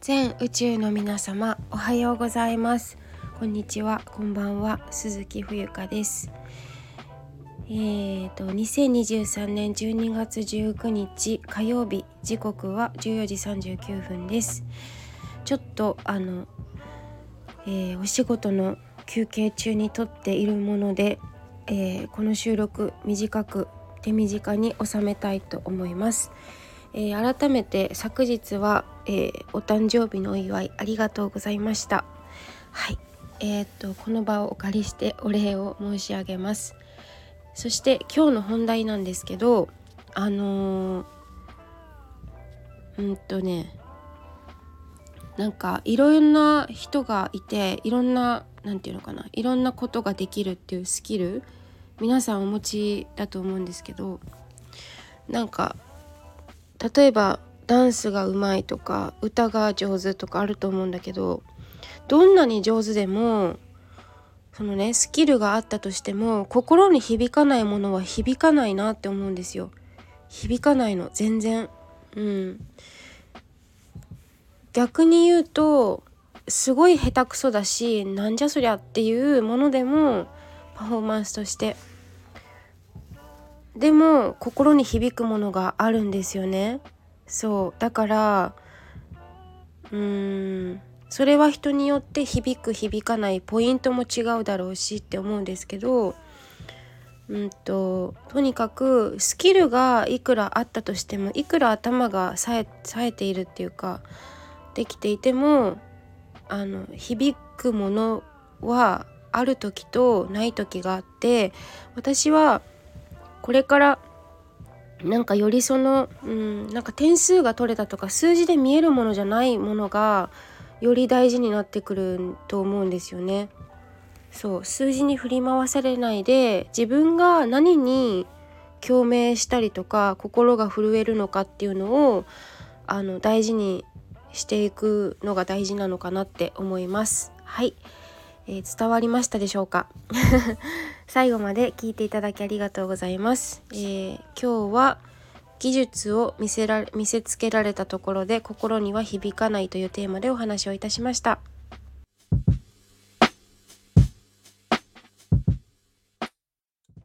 全宇宙の皆様、おはようございます。こんにちは、こんばんは。鈴木冬香です。2023年12月19日火曜日、時刻は14時39分です。ちょっとお仕事の休憩中に撮っているもので、この収録手短に収めたいと思います。改めて昨日は、お誕生日のお祝いありがとうございました。はい、この場をお借りしてお礼を申し上げます。そして今日の本題なんですけど、なんかいろんな人がいて、いろんなことができるっていうスキル、皆さんお持ちだと思うんですけど、なんか例えばダンスが上手いとか歌が上手とかあると思うんだけど、どんなに上手でもスキルがあったとしても心に響かないものは響かないなって思うんですよ。響かないの全然。逆に言うとすごい下手くそだし、なんじゃそりゃっていうものでもパフォーマンスとしてでも心に響くものがあるんですよね。そうだからそれは人によって響く響かないポイントも違うだろうしって思うんですけど、とにかくスキルがいくらあったとしても、いくら頭が冴えているっていうかできていても、響くものはある時とない時があって、私はこれからより点数が取れたとか数字で見えるものじゃないものがより大事になってくると思うんですよね。そう数字に振り回されないで、自分が何に共鳴したりとか心が震えるのかっていうのを大事にしていくのが大事なのかなって思います。はい、伝わりましたでしょうか最後まで聞いていただきありがとうございます。今日は技術を見せつけられたところで心には響かないというテーマでお話をいたしました。